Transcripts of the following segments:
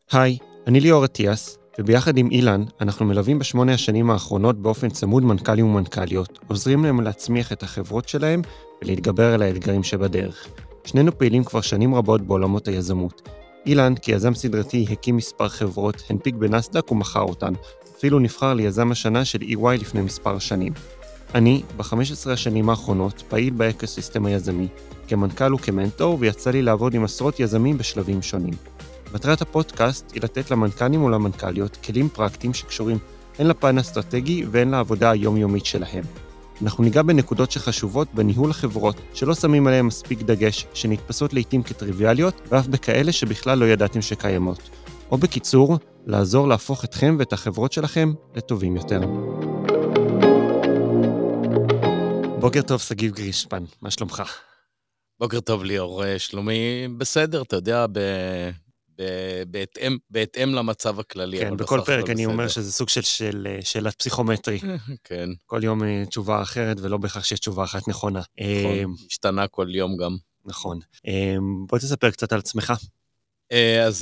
היי, אני ליאור אטיאס, וביחד עם אילן אנחנו מלווים ב8 השנים האחרונות באופן צמוד מנכ"לים ומנכ"ליות, עוזרים להם להצמיח את החברות שלהם ולהתגבר על האתגרים שבדרך. שנינו פעילים כבר שנים רבות בעולמות היזמות. אילן, כיזם סדרתי, הקים מספר חברות, הנפיק בנסדק ומכר אותן. אפילו נבחר ליזם השנה של EY לפני מספר שנים. אני, ב-15 השנים האחרונות, פעיל באקוסיסטם היזמי, כמנכ"ל וכמנטור, ויצא לי לעבוד עם עשרות יזמים בשלבים שונים. מטרת הפודקאסט היא לתת למנכ"לים ולמנכ"ליות כלים פרקטיים שקשורים הן לפן האסטרטגי והן לעבודה היומיומית שלהם. אנחנו ניגע בנקודות שחשובות בניהול החברות שלא שמים עליהם מספיק דגש, שנתפסות לעתים כטריוויאליות, ואף בכאלה שבכלל לא ידעתם שקיימות. או בקיצור, לעזור להפוך אתכם ואת החברות שלכם לטובים יותר. בוקר טוב, סגיב גרישפן, מה שלומך? בוקר טוב ליאור, שלומי בסדר, אתה יודע, בהתאם למצב הכללי. כן, בכל פרק אני אומר שזה סוג של שאלת פסיכומטרי. כן. כל יום תשובה אחרת, ולא בהכרח שיש תשובה אחת נכונה. נכון, השתנה כל יום גם. נכון. בוא תספר קצת על עצמך. אז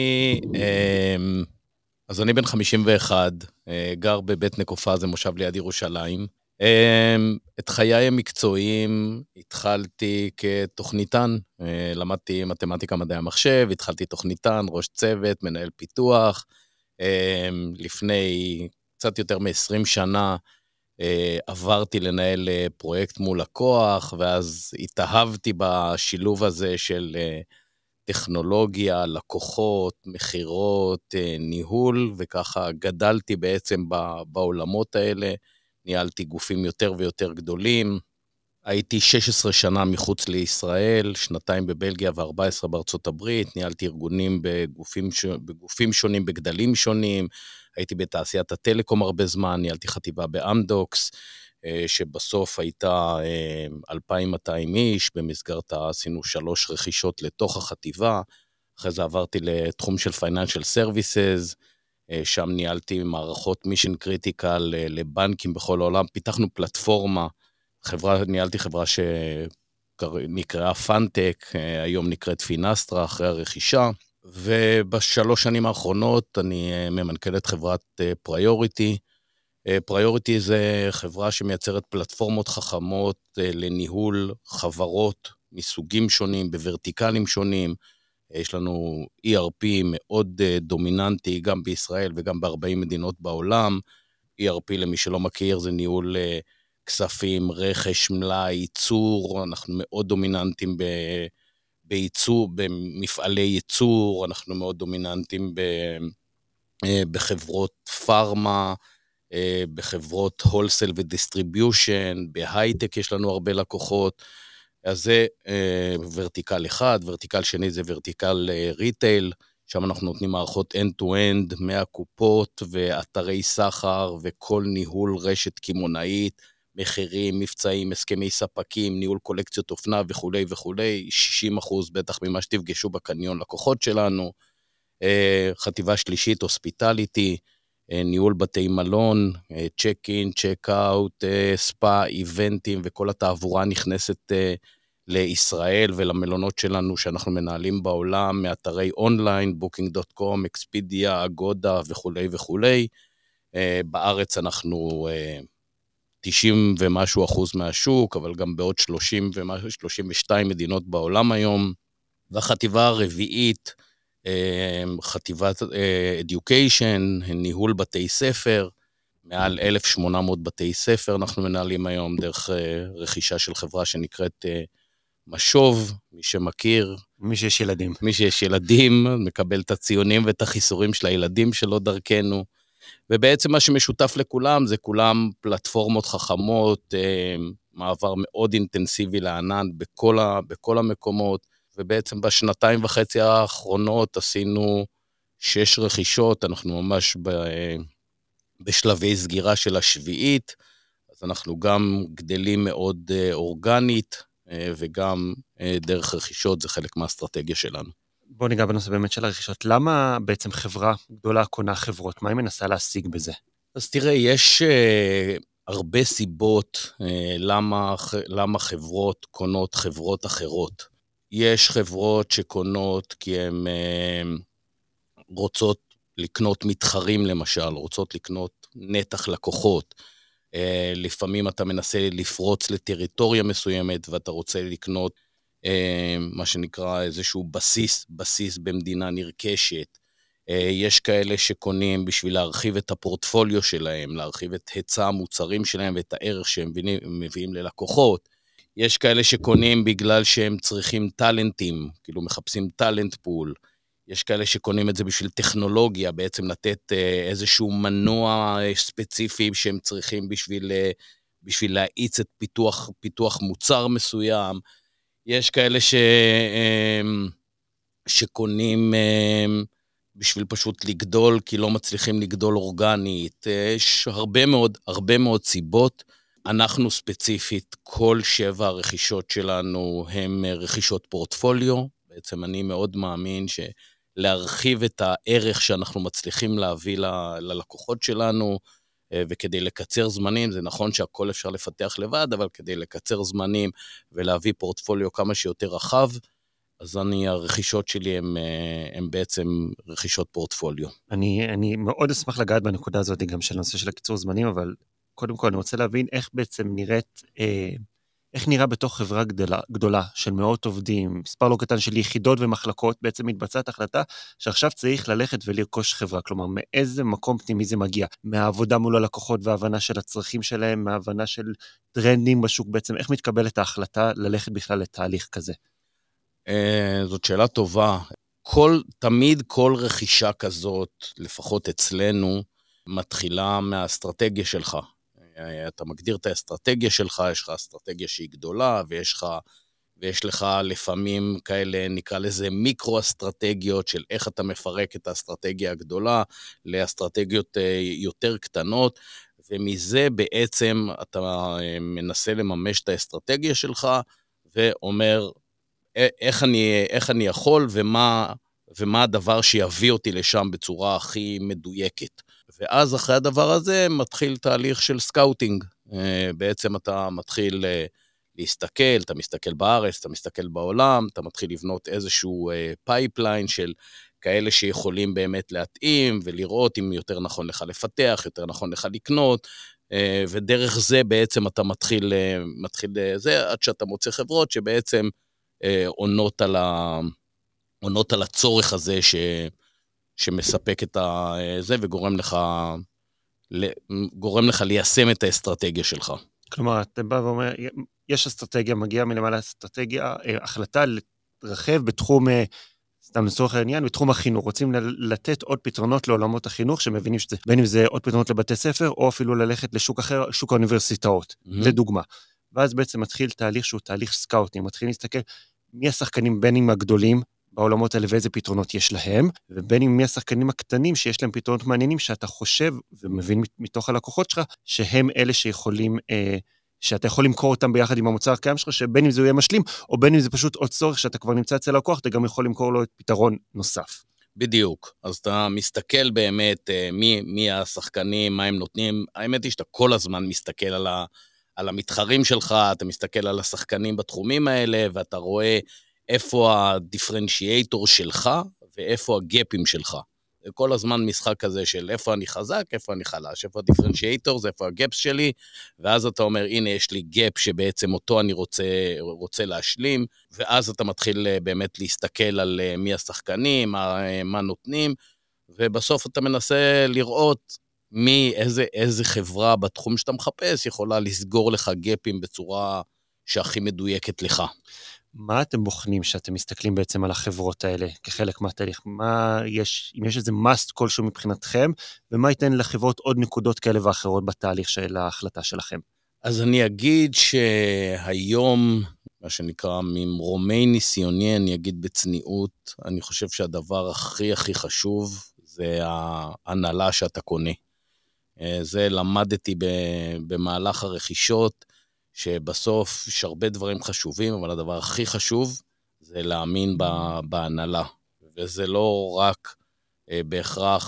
אני בן 51, גר בבית נקופה, זה מושב ליד ירושלים. את חיי המקצועיים התחלתי כתוכניתן, למדתי מתמטיקה מדעי המחשב, התחלתי תוכניתן, ראש צוות, מנהל פיתוח. לפני קצת יותר מ-20 שנה עברתי לנהל פרויקט מול לקוח, ואז התאהבתי בשילוב הזה של טכנולוגיה, לקוחות, מחירות, ניהול, וככה גדלתי בעצם בעולמות האלה. ניהלתי גופים יותר ויותר גדולים, הייתי 16 שנה מחוץ לישראל, 2 בבלגיה ו14 בארצות הברית, ניהלתי ארגונים בגופים שונים, בגדלים שונים, הייתי בתעשיית הטלקום הרבה זמן, ניהלתי חטיבה באמדוקס, שבסוף הייתה 2,200 איש, במסגרתה עשינו 3 רכישות לתוך החטיבה, אחרי זה עברתי לתחום של Financial Services, שם ניהלתי מערכות מישן קריטיקל לבנקים בכל העולם, פיתחנו פלטפורמה, ניהלתי חברה שנקראה פנטק, היום נקראת פינסטרה אחרי הרכישה, ובשלוש שנים האחרונות אני ממנכ"ל את חברת פריוריטי. פריוריטי זה חברה שמייצרת פלטפורמות חכמות לניהול חברות מסוגים שונים, בוורטיקלים שונים, יש לנו ERP מאוד דומיננטי, גם בישראל וגם ב40 מדינות בעולם. ERP, למי שלא מכיר, זה ניהול כספים, רכש, מלאי, ייצור. אנחנו מאוד דומיננטים בייצור, במפעלי ייצור, אנחנו מאוד דומיננטים בחברות פארמה, בחברות הולסל ודיסטריביושן, בהייטק יש לנו הרבה לקוחות. אז זה ורטיקל אחד, ורטיקל שני זה ורטיקל ריטייל, שם אנחנו נותנים מערכות end-to-end, מהקופות ואתרי סחר וכל ניהול רשת כימונאית, מחירים, מבצעים, הסכמי ספקים, ניהול קולקציות אופנה וכו' וכו', 60% בטח ממה שתפגשו בקניון לקוחות שלנו. חטיבה שלישית, הוספיטליטי, ניהול בתי מלון, צ'ק-אין, צ'ק-אוט, ספא, איבנטים וכל התעבורה נכנסת לישראל ולמלונות שלנו שאנחנו מנהלים בעולם, מאתרי אונליין, booking.com, אקספידיה, אגודה וכו' וכו'. בארץ אנחנו 90 ומשהו אחוז מהשוק, אבל גם בעוד 32 מדינות בעולם היום. והחטיבה הרביעית, חטיבת education, ניהול בתי ספר, מעל 1,800 בתי ספר אנחנו מנהלים היום דרך רכישה של חברה שנקראת משוב, מי שמכיר. מי שיש ילדים. מי שיש ילדים, מקבל את הציונים ואת החיסורים של הילדים שלו דרכנו, ובעצם מה שמשותף לכולם זה כולם פלטפורמות חכמות, מעבר מאוד אינטנסיבי לענן בכל המקומות, ובעצם בשנתיים וחצי האחרונות עשינו 6 רכישות, אנחנו ממש בשלבי סגירה של השביעית, אז אנחנו גם גדלים מאוד אורגנית, וגם דרך רכישות, זה חלק מהאסטרטגיה שלנו. בוא ניגע בנושא באמת של הרכישות. למה בעצם חברה גדולה קונה חברות? מה היא מנסה להשיג בזה? אז תראה, יש הרבה סיבות למה חברות קונות חברות אחרות. יש חברות שקונות כי הן רוצות לקנות מתחרים למשל, רוצות לקנות נתח לקוחות, לפעמים אתה מנסה לפרוץ לטריטוריה מסוימת, ואתה רוצה לקנות מה שנקרא איזשהו בסיס במדינה נרכשת. יש כאלה שקונים בשביל להרחיב את הפורטפוליו שלהם, להרחיב את היצע המוצרים שלהם ואת הערך שהם מביאים ללקוחות. יש כאלה שקונים בגלל שהם צריכים טלנטים, כאילו מחפשים טלנט פול. יש כאלה שקונים את זה בשביל טכנולוגיה, בעצם לתת איזשהו מנוע ספציפי שהם צריכים בשביל להאיץ את פיתוח מוצר מסוים. יש כאלה שקונים בשביל פשוט לגדול, כי לא מצליחים לגדול אורגנית. יש הרבה מאוד סיבות. אנחנו ספציפית, כל 7 הרכישות שלנו הם רכישות פורטפוליו. בעצם אני מאוד מאמין להרחיב את הערך שאנחנו מצליחים להביא ללקוחות שלנו, וכדי לקצר זמנים, זה נכון שהכל אפשר לפתח לבד, אבל כדי לקצר זמנים ולהביא פורטפוליו כמה שיותר רחב, אז הרכישות שלי הם בעצם רכישות פורטפוליו. אני מאוד אשמח לגעת בנקודה הזאת גם של הנושא של הקיצור זמנים, אבל קודם כל אני רוצה להבין איך בעצם איך נראה בתוך חברה גדולה של מאות עובדים, מספר לא קטן של יחידות ומחלקות, בעצם מתבצעת החלטה שעכשיו צריך ללכת ולרכוש חברה, כלומר מאיזה מקום פנימי זה מגיע, מהעבודה מול הלקוחות וההבנה של הצרכים שלהם, מההבנה של טרנדים בשוק, בעצם איך מתקבלת ההחלטה ללכת בכלל לתהליך כזה? זאת שאלה טובה. תמיד כל רכישה כזאת, לפחות אצלנו, מתחילה מהאסטרטגיה שלך. אתה מגדיר את האסטרטגיה שלך, יש לך אסטרטגיה שהיא גדולה, ויש לך לפעמים כאלה, נקרא לזה מיקרו-אסטרטגיות, של איך אתה מפרק את האסטרטגיה הגדולה, לאסטרטגיות יותר קטנות, ומזה בעצם אתה מנסה לממש את האסטרטגיה שלך, ואומר, איך אני יכול, ומה הדבר שיביא אותי לשם בצורה הכי מדויקת. ואז אחרי הדבר הזה מתחיל תהליך של סקאוטינג. בעצם אתה מתחיל להסתכל, אתה מסתכל בארץ, אתה מסתכל בעולם, אתה מתחיל לבנות איזשהו פייפליין של כאלה שיכולים באמת להתאים, ולראות אם יותר נכון לך לפתח, יותר נכון לך לקנות, ודרך זה בעצם אתה מתחיל זה, עד שאתה מוצא חברות שבעצם עונות על הצורך הזה שמספק את זה, וגורם לך ליישם את האסטרטגיה שלך. כלומר, אתה בא ואומר, יש אסטרטגיה, מגיעה מלמעלה אסטרטגיה, החלטה להתרחב בתחום, סתם לצורך העניין, בתחום החינוך. רוצים לתת עוד פתרונות לעולמות החינוך, שמבינים שזה, בין אם זה עוד פתרונות לבתי ספר, או אפילו ללכת לשוק אחר, שוק האוניברסיטאות, לדוגמה. ואז בעצם מתחיל תהליך שהוא תהליך סקאוטינג, מתחיל להסתכל מי השחקנים בין אם הגדולים, בעולמות האלה ואיזה פתרונות יש להם, ובין אם מי השחקנים הקטנים שיש להם פתרונות מעניינים, שאתה חושב ומבין מתוך הלקוחות שלך, שהם אלה שיכולים, שאתה יכול למכור אותם ביחד עם המוצר הקיים שלך, שבין אם זה יהיה משלים, או בין אם זה פשוט עוד צורך שאתה כבר נמצא אצל הלקוח, אתה גם יכול למכור לו את פתרון נוסף. בדיוק, אז אתה מסתכל באמת מי השחקנים, מה הם נותנים, האמת היא שאתה כל הזמן מסתכל על המתחרים שלך, אתה מסתכל על השחקנים בתחומים האלה, ואתה רואה איפה הדיפרנציאטור שלך, ואיפה הגאפים שלך. זה כל הזמן משחק כזה של איפה אני חזק, איפה אני חלש, איפה הדיפרנציאטור, זה איפה הגאפס שלי, ואז אתה אומר, הנה יש לי גאפ שבעצם אותו אני רוצה להשלים, ואז אתה מתחיל באמת להסתכל על מי השחקנים, מה נותנים, ובסוף אתה מנסה לראות איזה חברה בתחום שאתה מחפש, יכולה לסגור לך גאפים בצורה שהכי מדויקת לך. מה אתם בוחנים שאתם מסתכלים בעצם על החברות האלה כחלק מהתהליך? אם יש איזה must כלשהו מבחינתכם, ומה ייתן לחברות עוד נקודות כאלה ואחרות בתהליך של ההחלטה שלכם? אז אני אגיד שהיום, מה שנקרא ממרומי ניסיוני, אני אגיד בצניעות, אני חושב שהדבר הכי חשוב זה ההנהלה שאתה קונה. זה למדתי במהלך הרכישות, שבסוף יש הרבה דברים חשובים, אבל הדבר הכי חשוב זה להאמין בהנהלה. וזה לא רק בהכרח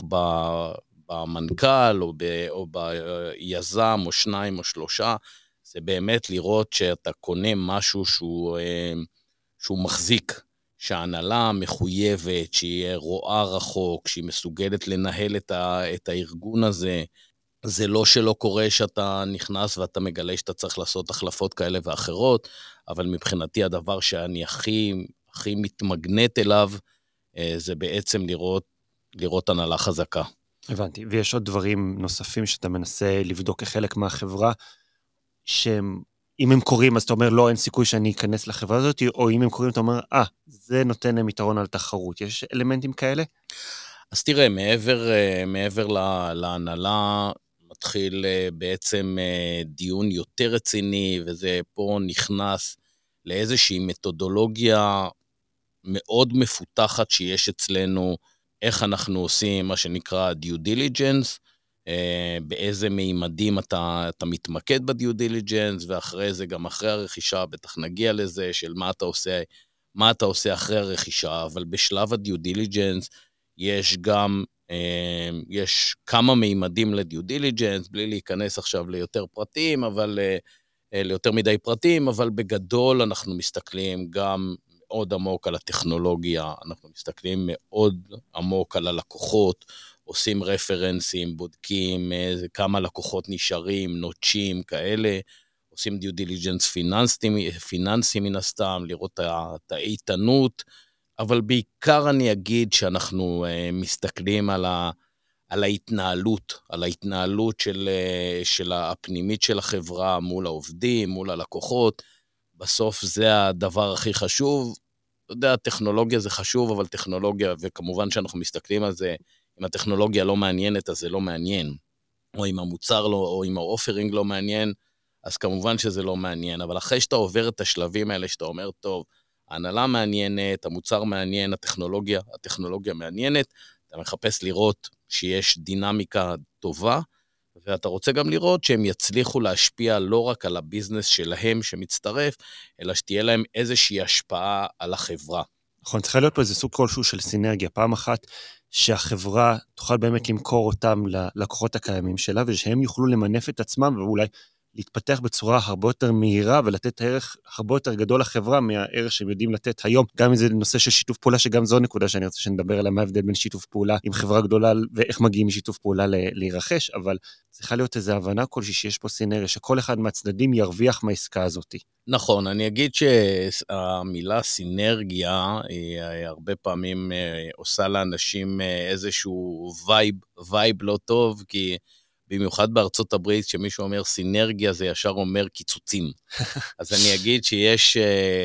במנכ"ל או ביזם או 2 או 3, זה באמת לראות שאתה קונה משהו שהוא מחזיק. שההנהלה מחויבת, שהיא רואה רחוק, שהיא מסוגלת לנהל את הארגון הזה. זה לא שלא קורה שאתה נכנס ואתה מגלה שאתה צריך לעשות החלפות כאלה ואחרות, אבל מבחינתי הדבר שאני הכי מתמגנט אליו, זה בעצם לראות הנהלה חזקה. הבנתי, ויש עוד דברים נוספים שאתה מנסה לבדוק כחלק מהחברה, שאם הם קוראים אז אתה אומר לא, אין סיכוי שאני אכנס לחברה הזאת, או אם הם קוראים אתה אומר, זה נותן להם יתרון על תחרות. יש אלמנטים כאלה? אז תראה, מעבר להנהלה, מתחיל בעצם דיון יותר רציני, וזה פה נכנס לאיזושהי מתודולוגיה מאוד מפותחת שיש אצלנו, איך אנחנו עושים מה שנקרא due diligence, באיזה מימדים אתה מתמקד בדיו דיליג'נס, ואחרי זה, גם אחרי הרכישה, בטח נגיע לזה, של מה אתה עושה אחרי הרכישה, אבל בשלב הדיו דיליג'נס, יש כמה מימדים לדיו דיליג'נס, בלי להיכנס עכשיו ליותר פרטים, ליותר מדי פרטים, אבל בגדול אנחנו מסתכלים גם מאוד עמוק על הטכנולוגיה, אנחנו מסתכלים מאוד עמוק על הלקוחות, עושים רפרנסים, בודקים כמה לקוחות נשארים, נוטשים, כאלה, עושים דיו דיליג'נס פיננסי מן הסתם, לראות את האיתנות, אבל בעיקר אני אגיד שאנחנו מסתכלים על ההתנהלות של הפנימית של החברה מול העובדים, מול הלקוחות. בסוף זה הדבר הכי חשוב. אתה יודע, טכנולוגיה זה חשוב, אבל טכנולוגיה, וכמובן שאנחנו מסתכלים על זה, אם הטכנולוגיה לא מעניינת, אז זה לא מעניין. או אם המוצר לא, או אם האופרינג לא מעניין, אז כמובן שזה לא מעניין. אבל אחרי שאתה עובר את השלבים האלה, שאתה אומר, טוב, ההנהלה מעניינת, המוצר מעניין, הטכנולוגיה מעניינת, אתה מחפש לראות שיש דינמיקה טובה, ואתה רוצה גם לראות שהם יצליחו להשפיע לא רק על הביזנס שלהם שמצטרף, אלא שתהיה להם איזושהי השפעה על החברה. נכון, צריכה להיות פה איזה סוג כלשהו של סינרגיה. פעם אחת שהחברה תוכל באמת למכור אותם ללקוחות הקיימים שלה, ושהם יוכלו למנף את עצמם ואולי להתפתח בצורה הרבה יותר מהירה, ולתת ערך הרבה יותר גדול לחברה מהערך שהם יודעים לתת היום. גם אם זה נושא של שיתוף פעולה, שגם זו נקודה שאני רוצה שנדבר עליה, מה ההבדל בין שיתוף פעולה עם חברה גדולה, ואיך מגיעים משיתוף פעולה להירכש, אבל צריכה להיות איזו הבנה כלשהי שיש פה סינריה, שכל אחד מהצדדים ירוויח מהעסקה הזאת. נכון, אני אגיד שהמילה סינרגיה, היא הרבה פעמים עושה לאנשים איזשהו וייב לא טוב, כי במיוחד בארצות הברית, כשמישהו אומר סינרגיה, זה ישר אומר קיצוצים. אז אני אגיד שיש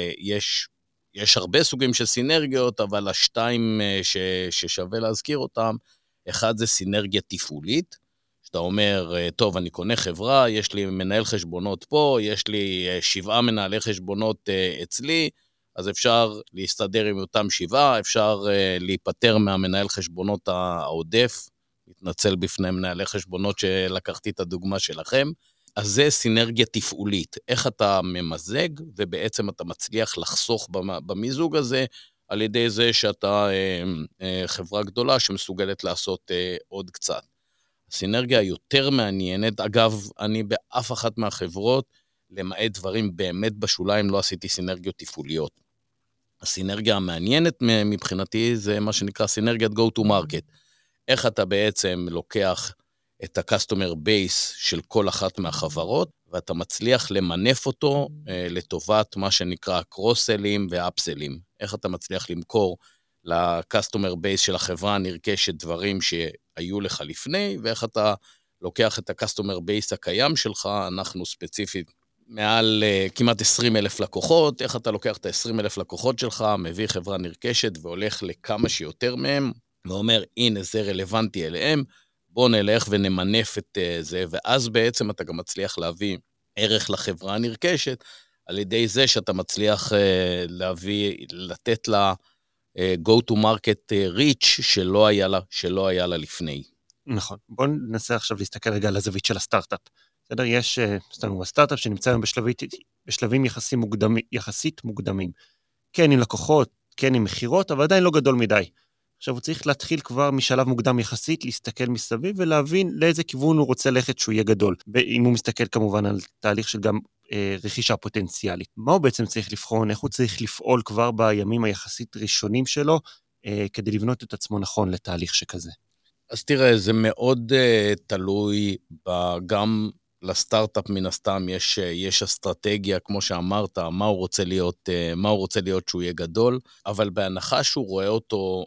הרבה סוגים של סינרגיות, אבל השתיים ששווה להזכיר אותם, אחד זה סינרגיה תפעולית, שאתה אומר, טוב, אני קונה חברה, יש לי מנהל חשבונות פה, יש לי 7 מנהלי חשבונות אצלי, אז אפשר להסתדר עם אותם 7, אפשר להיפטר מהמנהל חשבונות העודף, מתנצל בפני מנהלי חשבונות שלקחתי את הדוגמה שלכם. אז זה סינרגיה תפעולית, איך אתה ממזג, ובעצם אתה מצליח לחסוך במיזוג הזה, על ידי זה שאתה חברה גדולה שמסוגלת לעשות עוד קצת. הסינרגיה היותר מעניינת, אגב, אני באף אחת מהחברות, למעט דברים באמת בשוליים, לא עשיתי סינרגיות תפעוליות. הסינרגיה המעניינת מבחינתי זה מה שנקרא סינרגיית go to market. איך אתה בעצם לוקח את ה-customer base של כל אחת מהחברות, ואתה מצליח למנף אותו לטובת מה שנקרא קרוס-סלים ואפסלים. איך אתה מצליח למכור ל-customer base של החברה הנרכשת דברים שהיו לך לפני, ואיך אתה לוקח את ה-customer base הקיים שלך, אנחנו ספציפית מעל כמעט 20,000 לקוחות, איך אתה לוקח את ה-20,000 לקוחות שלך, מביא חברה נרכשת והולך לכמה שיותר מהם, ואומר, הנה זה רלוונטי אליהם, בוא נלך ונמנף את זה, ואז בעצם אתה גם מצליח להביא ערך לחברה הנרכשת, על ידי זה שאתה מצליח לתת לה go to market reach שלא היה לה לפני. נכון. בואו ננסה עכשיו להסתכל רגע על הזווית של הסטארט-אפ. בסדר, יש סטארט-אפ שנמצא היום בשלבים יחסית מוקדמים. כן עם לקוחות, כן עם מחירות, אבל עדיין לא גדול מדי. עכשיו הוא צריך להתחיל כבר משלב מוקדם יחסית, להסתכל מסביב ולהבין לאיזה כיוון הוא רוצה ללכת שהוא יהיה גדול. ואם הוא מסתכל כמובן על תהליך של גם רכישה פוטנציאלית. מה הוא בעצם צריך לבחון, איך הוא צריך לפעול כבר בימים היחסית ראשונים שלו, כדי לבנות את עצמו נכון לתהליך שכזה. אז תראה, זה מאוד תלוי גם לסטארט-אפ מן הסתם, יש אסטרטגיה, כמו שאמרת, מה הוא רוצה להיות שהוא יהיה גדול, אבל בהנחה שהוא רואה אותו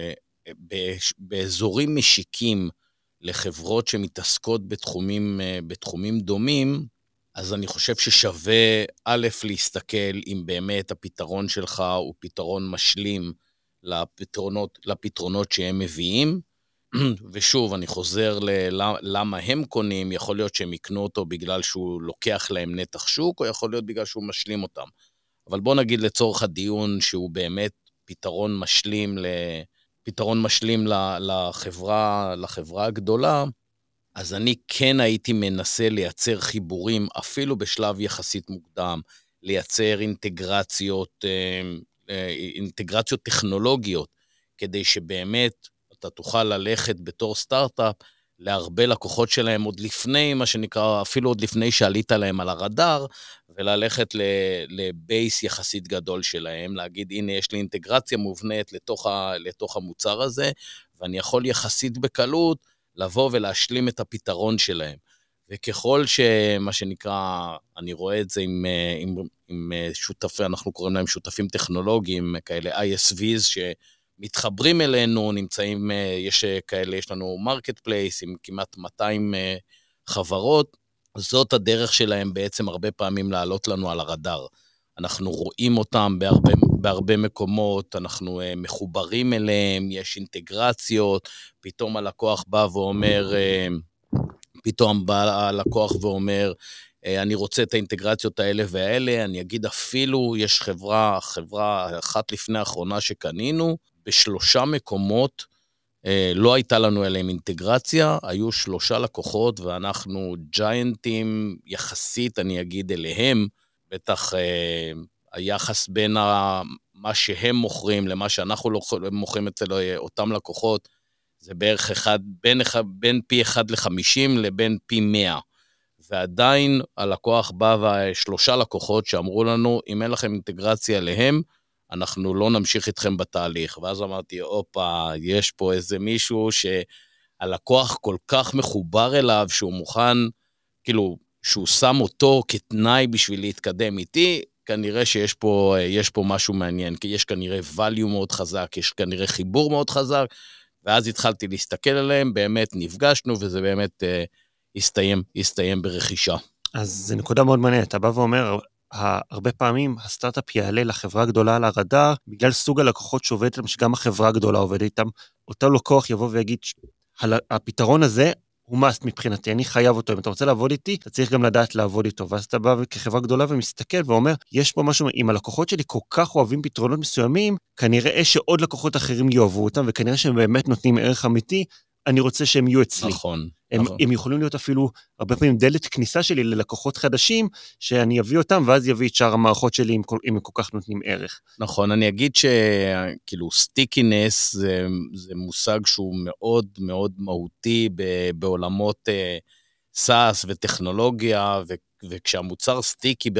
באזורים משיקים לחברות שמתעסקות בתחומים דומים, אז אני חושב ששווה א' להסתכל אם באמת הפתרון שלך הוא פתרון משלים לפתרונות שהם מביאים, ושוב, אני חוזר למה הם קונים, יכול להיות שהם יקנו אותו בגלל שהוא לוקח להם נתח שוק, או יכול להיות בגלל שהוא משלים אותם. אבל בוא נגיד לצורך הדיון שהוא באמת פתרון משלים לחברה הגדולה, אז אני כן הייתי מנסה לייצר חיבורים, אפילו בשלב יחסית מוקדם, לייצר אינטגרציות טכנולוגיות, כדי שבאמת אתה תוכל ללכת בתור סטארט-אפ להרבה לקוחות שלהם עוד לפני, מה שנקרא, אפילו עוד לפני שעלית להם על הרדאר, וללכת לבייס יחסית גדול שלהם, להגיד, הנה יש לי אינטגרציה מובנית לתוך המוצר הזה, ואני יכול יחסית בקלות לבוא ולהשלים את הפתרון שלהם. וככל שמה שנקרא, אני רואה את זה עם שותפים, אנחנו קוראים להם שותפים טכנולוגיים, כאלה ISVs שמתחברים אלינו, נמצאים, יש לנו מרקט פלייס עם כמעט 200 חברות, זאת הדרך שלהם בעצם הרבה פעמים לעלות לנו על הרדאר. אנחנו רואים אותם בהרבה מקומות, אנחנו מחוברים אליהם, יש אינטגרציות, פתאום הלקוח בא ואומר, אני רוצה את האינטגרציות האלה והאלה, אני אגיד אפילו, יש חברה אחת לפני האחרונה שקנינו, ב3 מקומות לא הייתה לנו אליהם אינטגרציה, היו 3 לקוחות ואנחנו ג'יינטים יחסית, אני אגיד אליהם, בטח היחס בין מה שהם מוכרים למה שאנחנו מוכרים אצל אותם לקוחות, זה בערך בין פי 1 ל-50 לבין פי 100. ועדיין הלקוח בא ו3 לקוחות שאמרו לנו, אם אין לכם אינטגרציה אליהם, אנחנו לא נמשיך איתכם בתהליך. ואז אמרתי, אופה, יש פה איזה מישהו שהלקוח כל כך מחובר אליו, שהוא מוכן, כאילו, שהוא שם אותו כתנאי בשביל להתקדם איתי, כנראה שיש פה משהו מעניין, כי יש כנראה value מאוד חזק, יש כנראה חיבור מאוד חזק, ואז התחלתי להסתכל עליהם, באמת נפגשנו, וזה באמת הסתיים ברכישה. אז זה נקודה מאוד מעניינת, אתה בא ואומר, הרבה פעמים הסטארט-אפ יעלה לחברה הגדולה על הרדאר, בגלל סוג הלקוחות שעובד איתם, שגם החברה הגדולה עובד איתם, אותו לקוח יבוא ויגיד, הפתרון הזה הוא מאסט מבחינתי, אני חייב אותו, אם אתה רוצה לעבוד איתי, אתה צריך גם לדעת לעבוד איתו, ואז אתה בא כחברה גדולה ומסתכל ואומר, יש פה משהו, אם הלקוחות שלי כל כך אוהבים פתרונות מסוימים, כנראה שעוד לקוחות אחרים יאהבו אותם, וכנראה שהם באמת נותנים ערך אמיתי, אני רוצה שהם יהיו אצלי. נכון. הם יכולים להיות אפילו הרבה פעמים דלת כניסה שלי ללקוחות חדשים, שאני אביא אותם, ואז יביא את שאר המערכות שלי, אם הם כל כך נותנים ערך. נכון, אני אגיד שכאילו סטיקינס זה מושג שהוא מאוד מאוד מהותי בעולמות סאס וטכנולוגיה, וכשהמוצר סטיקי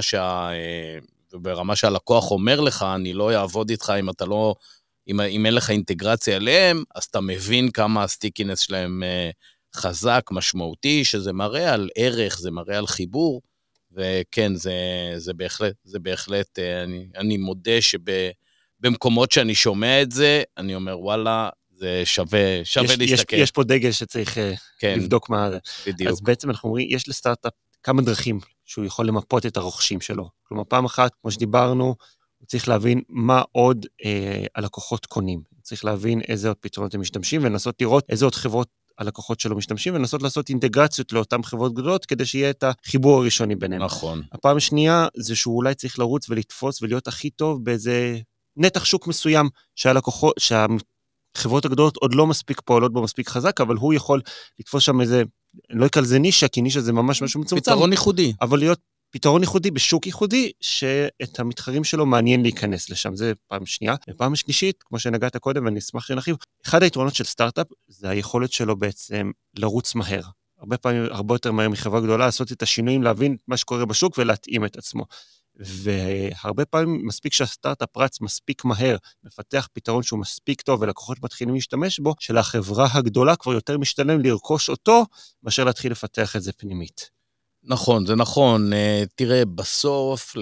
ברמה שהלקוח אומר לך, אני לא אעבוד איתך אם אתה לא, אם אין לך אינטגרציה אליהם, אז אתה מבין כמה הסטיקינס שלהם חזק, משמעותי, שזה מראה על ערך, זה מראה על חיבור, וכן, זה בהחלט, אני מודה שבמקומות שאני שומע את זה, אני אומר, וואלה, זה שווה להסתכל. יש פה דגל שצריך לבדוק מה זה. בדיוק. אז בעצם אנחנו אומרים, יש לסטארט-אפ כמה דרכים שהוא יכול למפות את הרוכשים שלו. כלומר, פעם אחת, כמו שדיברנו, הוא צריך להבין מה עוד הלקוחות קונים. הוא צריך להבין איזה עוד פתרונות הם משתמשים, ולנסות לראות איזה עוד חברות הלקוחות שלו משתמשים, ולנסות לעשות אינטגרציות לאותן חברות גדולות, כדי שיהיה את החיבור הראשוני ביניהם. נכון. הפעם השנייה, זה שהוא אולי צריך לרוץ ולתפוס ולהיות הכי טוב באיזה נתח שוק מסוים, שהחברות הגדולות עוד לא מספיק פועלות בו מספיק חזק, אבל הוא יכול לתפוס שם איזה, לא יקל זה נישה, כי נישה זה ממש משהו מצומצם. פתרון ייחודי. אבל להיות פתרון ייחודי בשוק ייחודי, שאת המתחרים שלו מעניין להיכנס לשם. זה פעם שנייה. ופעם שלישית, כמו שנגעת קודם, ואני אשמח שנרחיב, אחד היתרונות של סטארט-אפ, זה היכולת שלו בעצם לרוץ מהר. הרבה פעמים, הרבה יותר מהר מחברה גדולה, לעשות את השינויים, להבין מה שקורה בשוק ולהתאים את עצמו. והרבה פעמים מספיק שהסטארט-אפ רץ מספיק מהר, מפתח פתרון שהוא מספיק טוב, ולקוחות מתחילים להשתמש בו, שלחברה הגדולה כבר יותר משתלם לרכוש אותו, מאשר להתחיל לפתח את זה פנימית. נכון, זה נכון. תראה, בסוף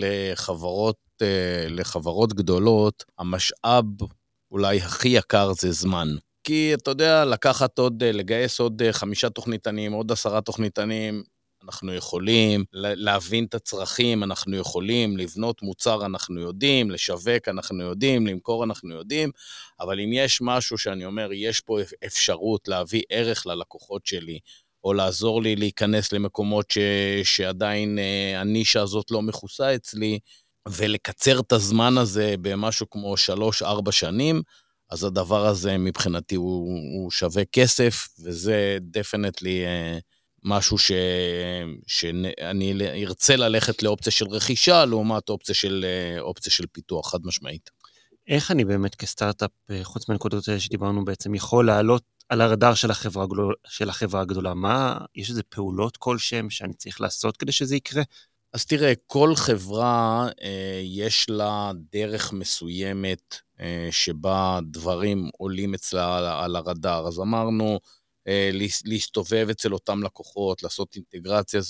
לחברות גדולות, המשאב אולי הכי יקר זה זמן. כי אתה יודע, לגייס עוד 5 תוכניתנים, עוד 10 תוכניתנים, אנחנו יכולים להבין את הצרכים, אנחנו יכולים לבנות מוצר, אנחנו יודעים, לשווק, אנחנו יודעים, למכור, אנחנו יודעים, אבל אם יש משהו שאני אומר, יש פה אפשרות להביא ערך ללקוחות שלי, או לעזור לי להיכנס למקומות שעדיין הנישה הזאת לא מכוסה אצלי, ולקצר את הזמן הזה במשהו כמו 3-4 שנים, אז הדבר הזה מבחינתי הוא שווה כסף, וזה דפנטלי משהו שאני ארצה ללכת לאופציה של רכישה, לעומת אופציה של פיתוח חד משמעית. איך אני באמת כסטארט-אפ, חוץ מהנקודות האלה שדיברנו בעצם, יכול לעלות על הרדאר של החברה הגדולה? יש איזה פעולות כלשהם שאני צריך לעשות כדי שזה יקרה? אז תראה, כל חברה יש לה דרך מסוימת שבה דברים עולים אצלה על הרדאר. אז אמרנו, להסתובב אצל אותם לקוחות, לעשות אינטגרציה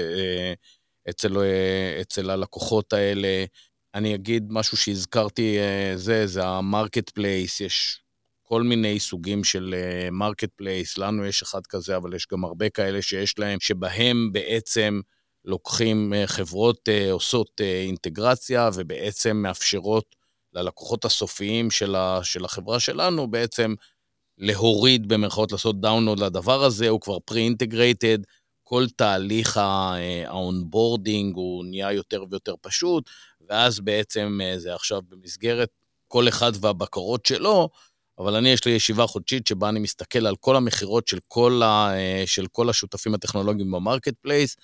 אצל הלקוחות האלה. אני אגיד משהו שהזכרתי, זה המרקט פלייס, יש כל מיני סוגים של מרקט פלייס, לנו יש אחד כזה, אבל יש גם הרבה כאלה שיש להם, שבהם בעצם לוקחים חברות, עושות אינטגרציה, ובעצם מאפשרות ללקוחות הסופיים של החברה שלנו, בעצם להוריד במרכאות, לעשות דאונלוד לדבר הזה, הוא כבר pre-integrated, כל תהליך ה-onboarding הוא נהיה יותר ויותר פשוט, ואז בעצם זה עכשיו במסגרת כל אחד והבקרות שלו, אבל יש לי ישיבה חודשית שבה אני מסתכל על כל המחירות של כל השותפים הטכנולוגיים במרקט פלייס,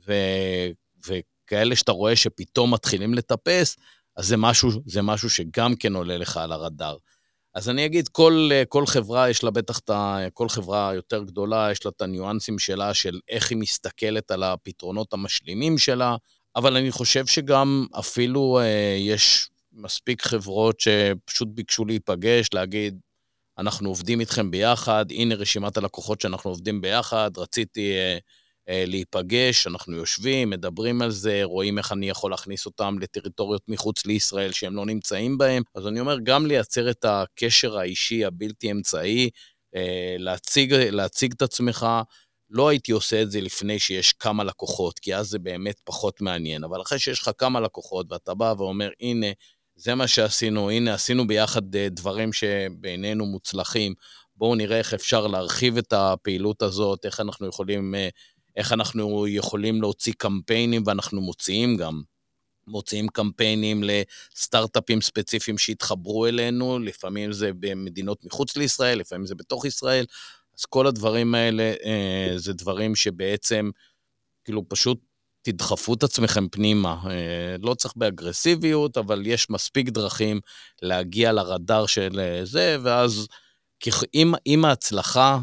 וכאלה שאתה רואה שפתאום מתחילים לטפס, אז זה משהו שגם כן עולה לך על הרדאר. אז אני אגיד, כל חברה יש לה בטח, כל חברה יותר גדולה, יש לה את הניואנסים שלה, של איך היא מסתכלת על הפתרונות המשלימים שלה, אבל אני חושב שגם אפילו יש מספיק חברות שפשוט ביקשו להיפגש, להגיד, אנחנו עובדים איתכם ביחד, הנה רשימת הלקוחות שאנחנו עובדים ביחד, רציתי להיפגש, אנחנו יושבים, מדברים על זה, רואים איך אני יכול להכניס אותם לטריטוריות מחוץ לישראל שהם לא נמצאים בהם. אז אני אומר, גם לייצר את הקשר האישי הבלתי אמצעי, להציג את עצמך, לא הייתי עושה את זה לפני שיש כמה לקוחות, כי אז זה באמת פחות מעניין, אבל אחרי שיש לך כמה לקוחות, ואתה בא ואומר, הנה, זה מה שעשינו, הנה, עשינו ביחד דברים שבינינו מוצלחים, בואו נראה איך אפשר להרחיב את הפעילות הזאת, איך אנחנו יכולים להוציא קמפיינים, ואנחנו מוציאים קמפיינים לסטארט-אפים ספציפיים שהתחברו אלינו, לפעמים זה במדינות מחוץ לישראל, לפעמים זה בתוך ישראל, אז כל הדברים האלה זה דברים שבעצם כאילו פשוט תדחפו את עצמכם פנימה, לא צריך באגרסיביות, אבל יש מספיק דרכים להגיע לרדאר של זה, ואז עם ההצלחה,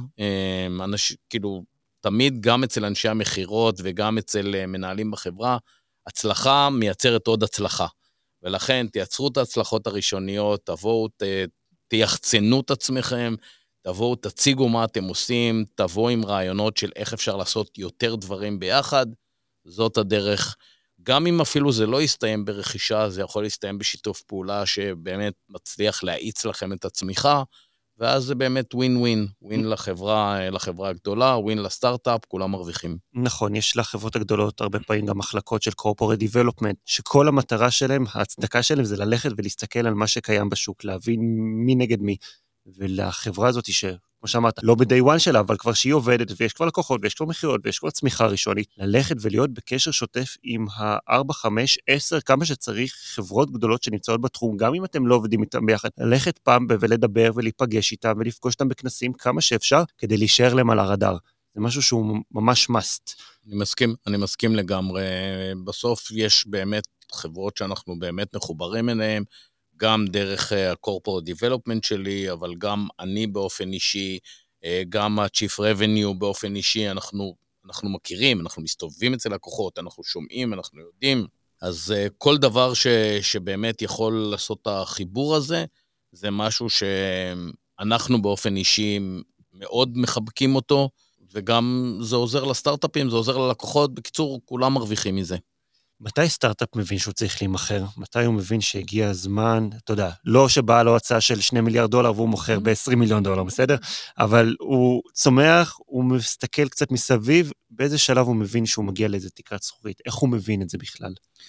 כאילו תמיד גם אצל אנשי המחירות וגם אצל מנהלים בחברה, הצלחה מייצרת עוד הצלחה, ולכן תייצרו את ההצלחות הראשוניות, תבואו, תייחצנו את עצמכם, תבואו, תציגו מה אתם עושים, תבואו עם רעיונות של איך אפשר לעשות יותר דברים ביחד, זאת הדרך. גם אם אפילו זה לא יסתיים ברכישה, זה יכול להסתיים בשיתוף פעולה שבאמת מצליח להאיץ לכם את הצמיחה, ואז זה באמת ווין-ווין, ווין לחברה הגדולה, ווין לסטארט-אפ, כולם מרוויחים. נכון, יש לחברות הגדולות הרבה פעמים גם מחלקות של corporate development, שכל המטרה שלהם, ההצדקה שלהם זה ללכת ולהסתכל על מה שקיים בשוק, להבין מי נגד מי, ולחברה הזאת כמו שאמרת, לא ב-day one שלה, אבל כבר שהיא עובדת, ויש כבר לקוחות, ויש כבר מחירות, ויש כבר צמיחה ראשונית, ללכת ולהיות בקשר שוטף עם ה-4, 5, 10, כמה שצריך חברות גדולות שנמצאות בתחום, גם אם אתם לא עובדים איתם ביחד, ללכת פעם ולדבר ולהיפגש איתם, ולפגוש אותם בכנסים כמה שאפשר, כדי להישאר להם על הרדאר. זה משהו שהוא ממש must. אני מסכים לגמרי. בסוף יש באמת חברות שאנחנו באמת מחוברים אליהן, גם דרך ה-corporate development שלי, אבל גם אני באופן אישי, גם ה-chief revenue באופן אישי, אנחנו מכירים, אנחנו מסתובבים אצל לקוחות, אנחנו שומעים, אנחנו יודעים. אז כל דבר שבאמת יכול לעשות את החיבור הזה, זה משהו שאנחנו באופן אישי מאוד מחבקים אותו, וגם זה עוזר לסטארט-אפים, זה עוזר ללקוחות, בקיצור, כולם מרוויחים מזה. מתי סטארט-אפ מבין שהוא צריך להימחר? מתי הוא מבין שהגיע הזמן, אתה יודע, לא שבאה לו הצעה של $2 מיליארד והוא מוכר ב$20 מיליון, בסדר? אבל הוא צומח, הוא מסתכל קצת מסביב, באיזה שלב הוא מבין שהוא מגיע לאיזה תקרת זכוכית? איך הוא מבין את זה בכלל?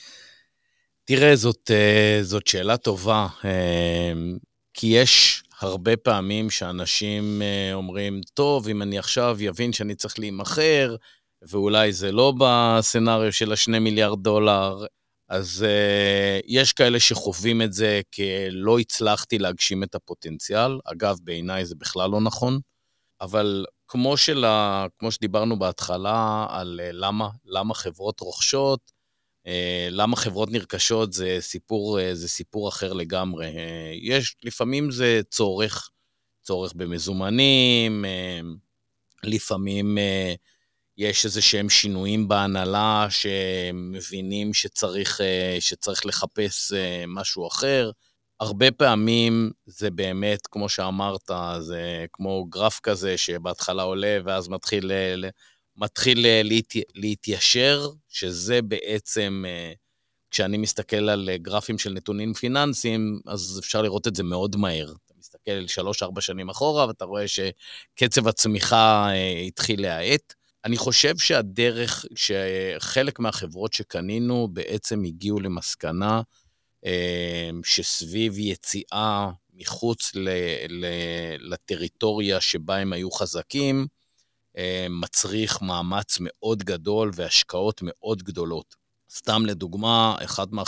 תראה, זאת שאלה טובה, כי יש הרבה פעמים שאנשים אומרים, טוב, אם אני עכשיו יבין שאני צריך להימחר, ואולי זה לא בסנריו של $2 מיליארד, אז יש כאלה שחווים את זה כלא הצלחתי להגשים את הפוטנציאל. אגב, בעיניי זה בכלל לא נכון, אבל כמו שדיברנו בהתחלה על למה חברות רוכשות, למה חברות נרכשות, זה סיפור אחר לגמרי. לפעמים זה צורך במזומנים, לפעמים יש איזה שהם שינויים בהנהלה שמבינים שצריך לחפש משהו אחר. הרבה פעמים זה באמת, כמו שאמרת, זה כמו גרף כזה שבהתחלה עולה ואז מתחיל להתיישר, שזה בעצם, כשאני מסתכל על גרפים של נתונים פיננסיים, אז אפשר לראות את זה מאוד מהר. אתה מסתכל 3-4 שנים אחורה, ואתה רואה שקצב הצמיחה התחיל להאט. אני חושב שהדרך, שחלק מהחברות שקנינו בעצם הגיעו למסקנה, שסביב יציאה מחוץ לטריטוריה שבה הם היו חזקים, מצריך מאמץ מאוד גדול והשקעות מאוד גדולות. סתם לדוגמה,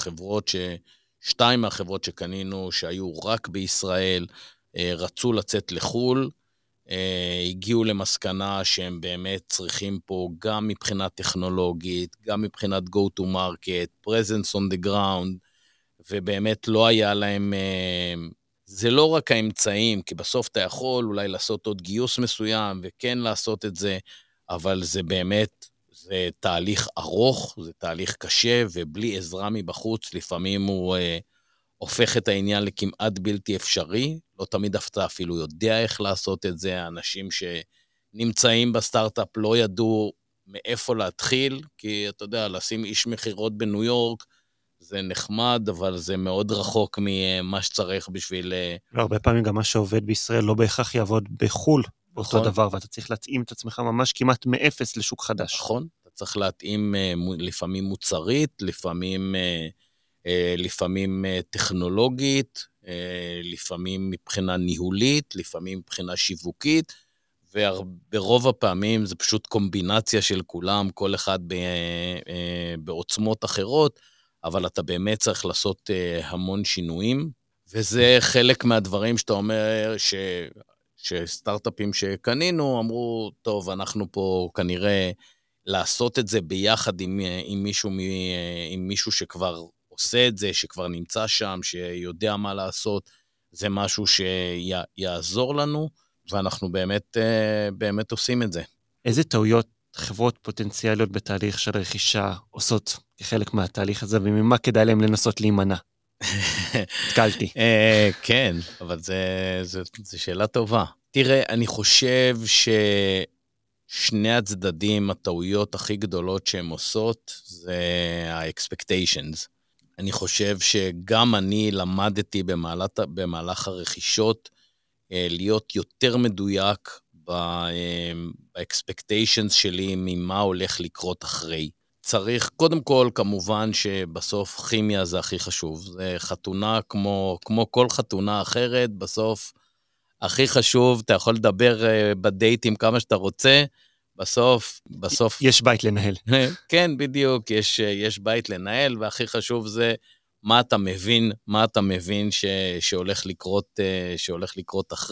שתיים מהחברות שקנינו שהיו רק בישראל, רצו לצאת לחול, הגיעו למסקנה שהם באמת צריכים פה גם מבחינה טכנולוגית, גם מבחינת go to market, presence on the ground, ובאמת לא היה להם, זה לא רק האמצעים, כי בסוף אתה יכול אולי לעשות עוד גיוס מסוים, וכן לעשות את זה, אבל זה באמת, זה תהליך ארוך, זה תהליך קשה, ובלי עזרה מבחוץ, לפעמים הוא הופך את העניין לכמעט בלתי אפשרי, לא תמיד אתה אפילו יודע איך לעשות את זה, האנשים שנמצאים בסטארט-אפ לא ידעו מאיפה להתחיל, כי אתה יודע, לשים איש מחירות בניו יורק, זה נחמד, אבל זה מאוד רחוק ממה שצריך בשביל... לא, הרבה פעמים גם מה שעובד בישראל לא בהכרח יעבוד בחול, אותו דבר, ואתה צריך להתאים את עצמך ממש כמעט מאפס לשוק חדש. נכון, אתה צריך להתאים לפעמים מוצרית, לפעמים טכנולוגית, לפעמים מבחינה ניהולית, לפעמים מבחינה שיווקית, וברוב הפעמים זה פשוט קומבינציה של כולם, כל אחד בעוצמות אחרות, אבל אתה באמת צריך לעשות המון שינויים, וזה חלק מהדברים שאתה אומר שסטארט-אפים שקנינו אמרו, טוב, אנחנו פה כנראה לעשות את זה ביחד עם מישהו שכבר עושה את זה, שכבר נמצא שם, שיודע מה לעשות, זה משהו שיעזור לנו, ואנחנו באמת עושים את זה. איזה טעויות חברות פוטנציאליות בתהליך של רכישה עושות כחלק מהתהליך הזה, וממה כדאי להם לנסות להימנע? התקלתי. כן, אבל זו שאלה טובה. תראה, אני חושב ששני הצדדים, הטעויות הכי גדולות שהן עושות, זה ה-expectations. אני חושב שגם אני למדתי במהלך הרכישות, להיות יותר מדויק ב-expectations שלי ממה הולך לקרות אחרי. צריך, קודם כל, כמובן שבסוף כימיה זה הכי חשוב. זה חתונה כמו כל חתונה אחרת, בסוף הכי חשוב, אתה יכול לדבר בדייטים כמה שאתה רוצה, בסוף... יש בית לנהל. כן, בדיוק, יש בית לנהל, והכי חשוב זה מה אתה מבין שהולך לקרות אחרי.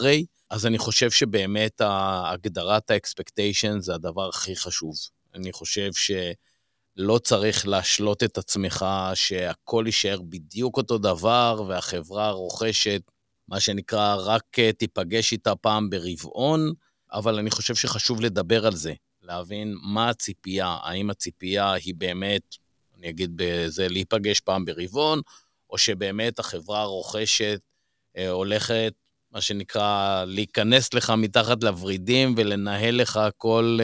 אז אני חושב שבאמת הגדרת ה-expectation זה הדבר הכי חשוב. אני חושב שלא צריך להשלות את עצמך שהכל יישאר בדיוק אותו דבר, והחברה רוכשת, מה שנקרא, רק תיפגש איתה פעם ברבעון, אבל אני חושב שחשוב לדבר על זה, להבין מה הציפייה, האם הציפייה היא באמת, אני אגיד בזה, להיפגש פעם ברבעון, או שבאמת החברה רוכשת, הולכת, מה שנקרא, להיכנס לך מתחת לברידים, ולנהל לך כל,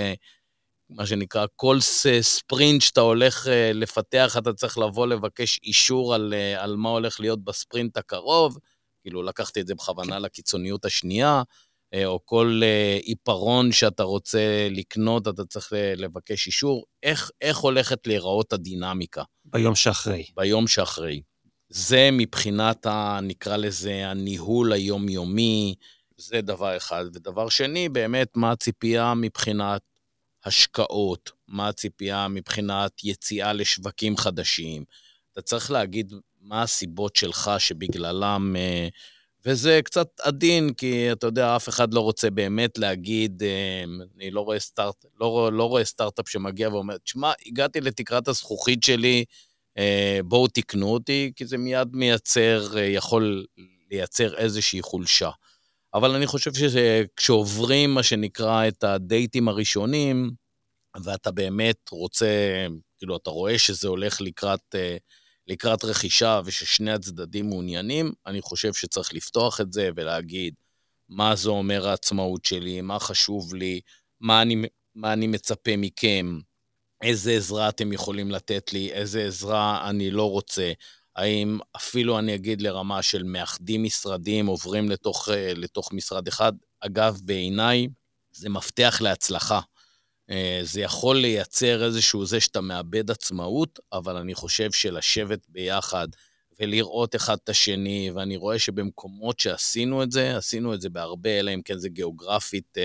מה שנקרא, כל ספרינט שאתה הולך לפתח, אתה צריך לבוא לבקש אישור על מה הולך להיות בספרינט הקרוב, כאילו לקחתי את זה בכוונה לקיצוניות השנייה, או כל עיפרון שאתה רוצה לקנות, אתה צריך לבקש אישור, איך הולכת להיראות הדינמיקה? ביום שאחרי. ביום שאחרי. זה מבחינת, נקרא לזה, הניהול היומיומי, זה דבר אחד. ודבר שני, באמת, מה הציפייה מבחינת השקעות, מה הציפייה מבחינת יציאה לשווקים חדשים. אתה צריך להגיד מה הסיבות שלך שבגללם, וזה קצת עדין, כי אתה יודע, אף אחד לא רוצה באמת להגיד, אני לא רואה סטארט-אפ שמגיע ואומר, תשמע, הגעתי לתקרת הזכוכית שלי, בואו תקנו אותי, כי זה מיד יכול לייצר איזושהי חולשה. אבל אני חושב שכשעוברים מה שנקרא את הדייטים הראשונים, ואתה באמת רוצה, כאילו אתה רואה שזה הולך לקראת רכישה, וששני הצדדים מעוניינים, אני חושב שצריך לפתוח את זה ולהגיד, מה זה אומר העצמאות שלי, מה חשוב לי, מה אני מצפה מכם, איזה עזרה אתם יכולים לתת לי, איזה עזרה אני לא רוצה, האם אפילו אני אגיד לרמה של מאחדים משרדים, עוברים לתוך משרד אחד, אגב בעיניי זה מפתח להצלחה, זה יכול לייצר איזשהו זה שאתה מאבד עצמאות, אבל אני חושב שלשבת ביחד ולראות אחד את השני, ואני רואה שבמקומות שעשינו את זה בהרבה, אלא אם כן זה גיאוגרפית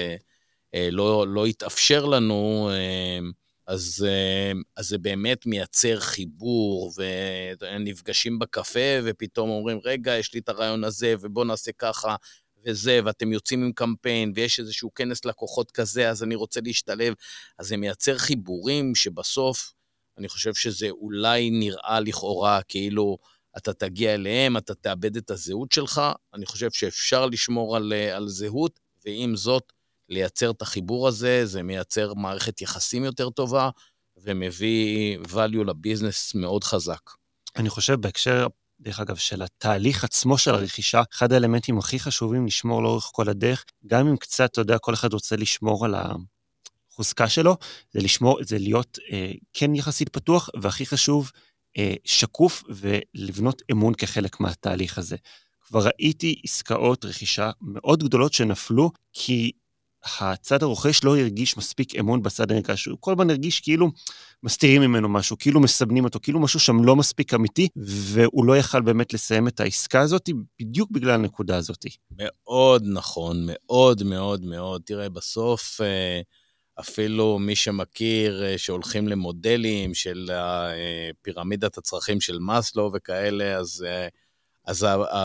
לא יתאפשר לנו, אז זה באמת מייצר חיבור, ונפגשים בקפה, ופתאום אומרים, רגע, יש לי את הרעיון הזה, ובוא נעשה ככה, וזה, ואתם יוצאים עם קמפיין, ויש איזשהו כנס לקוחות כזה, אז אני רוצה להשתלב, אז זה מייצר חיבורים, שבסוף, אני חושב שזה אולי נראה לכאורה, כאילו אתה תגיע אליהם, אתה תאבד את הזהות שלך, אני חושב שאפשר לשמור על זהות, ועם זאת, לייצר את החיבור הזה, זה מייצר מערכת יחסים יותר טובה, ומביא value לביזנס מאוד חזק. אני חושב בהקשר, דרך אגב, של התהליך עצמו של הרכישה, אחד האלמנטים הכי חשובים לשמור לאורך כל הדרך, גם אם קצת, אתה יודע, כל אחד רוצה לשמור על החוזקה שלו, זה להיות כן יחסית פתוח, והכי חשוב, שקוף ולבנות אמון כחלק מהתהליך הזה. כבר ראיתי עסקאות רכישה מאוד גדולות שנפלו, כי הצד הרוכש לא הרגיש מספיק אמון בצד הנרכש, הוא כל הזמן הרגיש כאילו מסתירים ממנו משהו, כאילו מסבנים אותו, כאילו משהו שם לא מספיק אמיתי, והוא לא יכל באמת לסיים את העסקה הזאת, בדיוק בגלל הנקודה הזאת. מאוד נכון, מאוד מאוד מאוד. תראה, בסוף אפילו מי שמכיר שהולכים למודלים של פירמידת הצרכים של מאסלו וכאלה, אז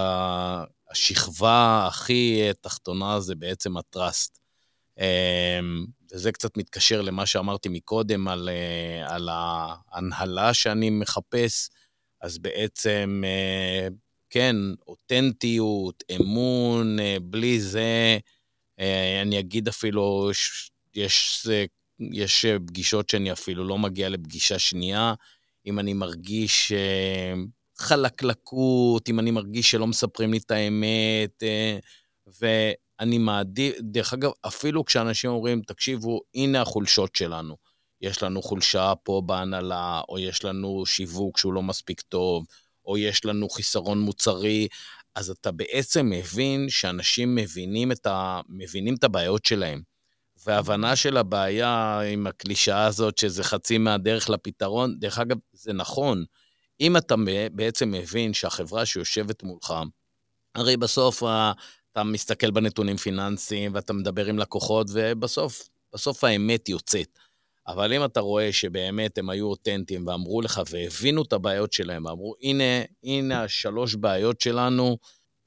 השכבה הכי תחתונה זה בעצם הטרסט. וזה קצת מתקשר למה שאמרתי מקודם על ההנהלה שאני מחפש, אז בעצם כן, אותנטיות, אמון, בלי זה, אני אגיד אפילו, יש פגישות שאני אפילו לא מגיע לפגישה שנייה, אם אני מרגיש חלקלקות, אם אני מרגיש שלא מספרים לי את האמת, ואני מעדיף, דרך אגב, אפילו כשאנשים אומרים, תקשיבו, הנה החולשות שלנו, יש לנו חולשה פה בהנהלה, או יש לנו שיווק שהוא לא מספיק טוב, או יש לנו חיסרון מוצרי, אז אתה בעצם מבין שאנשים מבינים את הבעיות שלהם, וההבנה של הבעיה עם הקלישאה הזאת, שזה חצי מהדרך לפתרון, דרך אגב, זה נכון, אם אתה בעצם מבין שהחברה שיושבת מולך, הרי בסוף אתה מסתכל בנתונים פיננסיים, ואתה מדבר עם לקוחות, ובסוף האמת יוצאת. אבל אם אתה רואה שבאמת הם היו אותנטיים, ואמרו לך, והבינו את הבעיות שלהם, ואמרו, הנה 3 בעיות שלנו,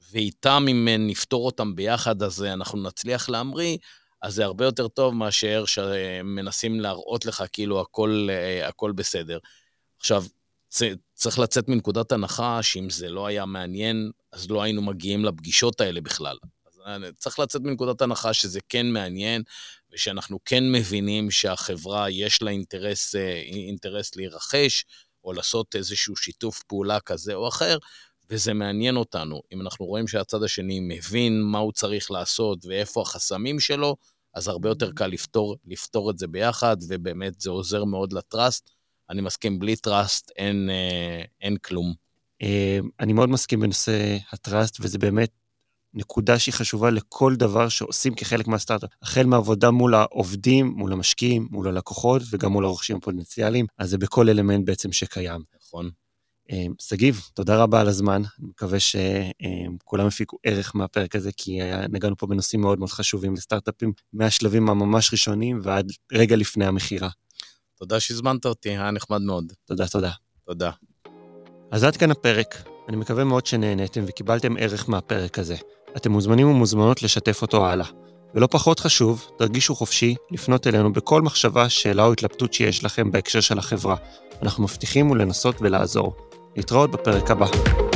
ואיתם אם נפתור אותם ביחד, אז אנחנו נצליח להמריא, אז זה הרבה יותר טוב מאשר שמנסים להראות לך כאילו הכל בסדר. עכשיו, צריך לצאת מנקודת הנחה שאם זה לא היה מעניין, אז לא היינו מגיעים לפגישות האלה בכלל. אז צריך לצאת מנקודת הנחה שזה כן מעניין, ושאנחנו כן מבינים שהחברה יש לה אינטרס להירחש, או לעשות איזשהו שיתוף פעולה כזה או אחר, וזה מעניין אותנו. אם אנחנו רואים שהצד השני מבין מה הוא צריך לעשות, ואיפה החסמים שלו, אז הרבה יותר קל לפתור את זה ביחד, ובאמת זה עוזר מאוד לטראסט. אני מסכים, בלי טראסט אין כלום. אני מאוד מסכים בנושא הטראסט, וזה באמת נקודה שהיא חשובה לכל דבר שעושים כחלק מהסטארט-אפ. החל מעבודה מול העובדים, מול המשקיעים, מול הלקוחות, וגם מול הרוכשים הפוטנציאליים, אז זה בכל אלמנט בעצם שקיים. נכון. סגיב, תודה רבה על הזמן, אני מקווה שכולם הפיקו ערך מהפרק הזה, כי נגענו פה בנושאים מאוד מאוד חשובים לסטארט-אפים, מהשלבים הממש ראשונים ועד רגע לפני המחירה. תודה שהזמנת אותי, היה נחמד מאוד. תודה. תודה. אז עד כאן הפרק, אני מקווה מאוד שנהנתם וקיבלתם ערך מהפרק הזה. אתם מוזמנים ומוזמנות לשתף אותו הלאה. ולא פחות חשוב, תרגישו חופשי לפנות אלינו בכל מחשבה, שאלה או התלבטות שיש לכם בהקשר של החברה. אנחנו מבטיחים ולנסות ולעזור. להתראות בפרק הבא.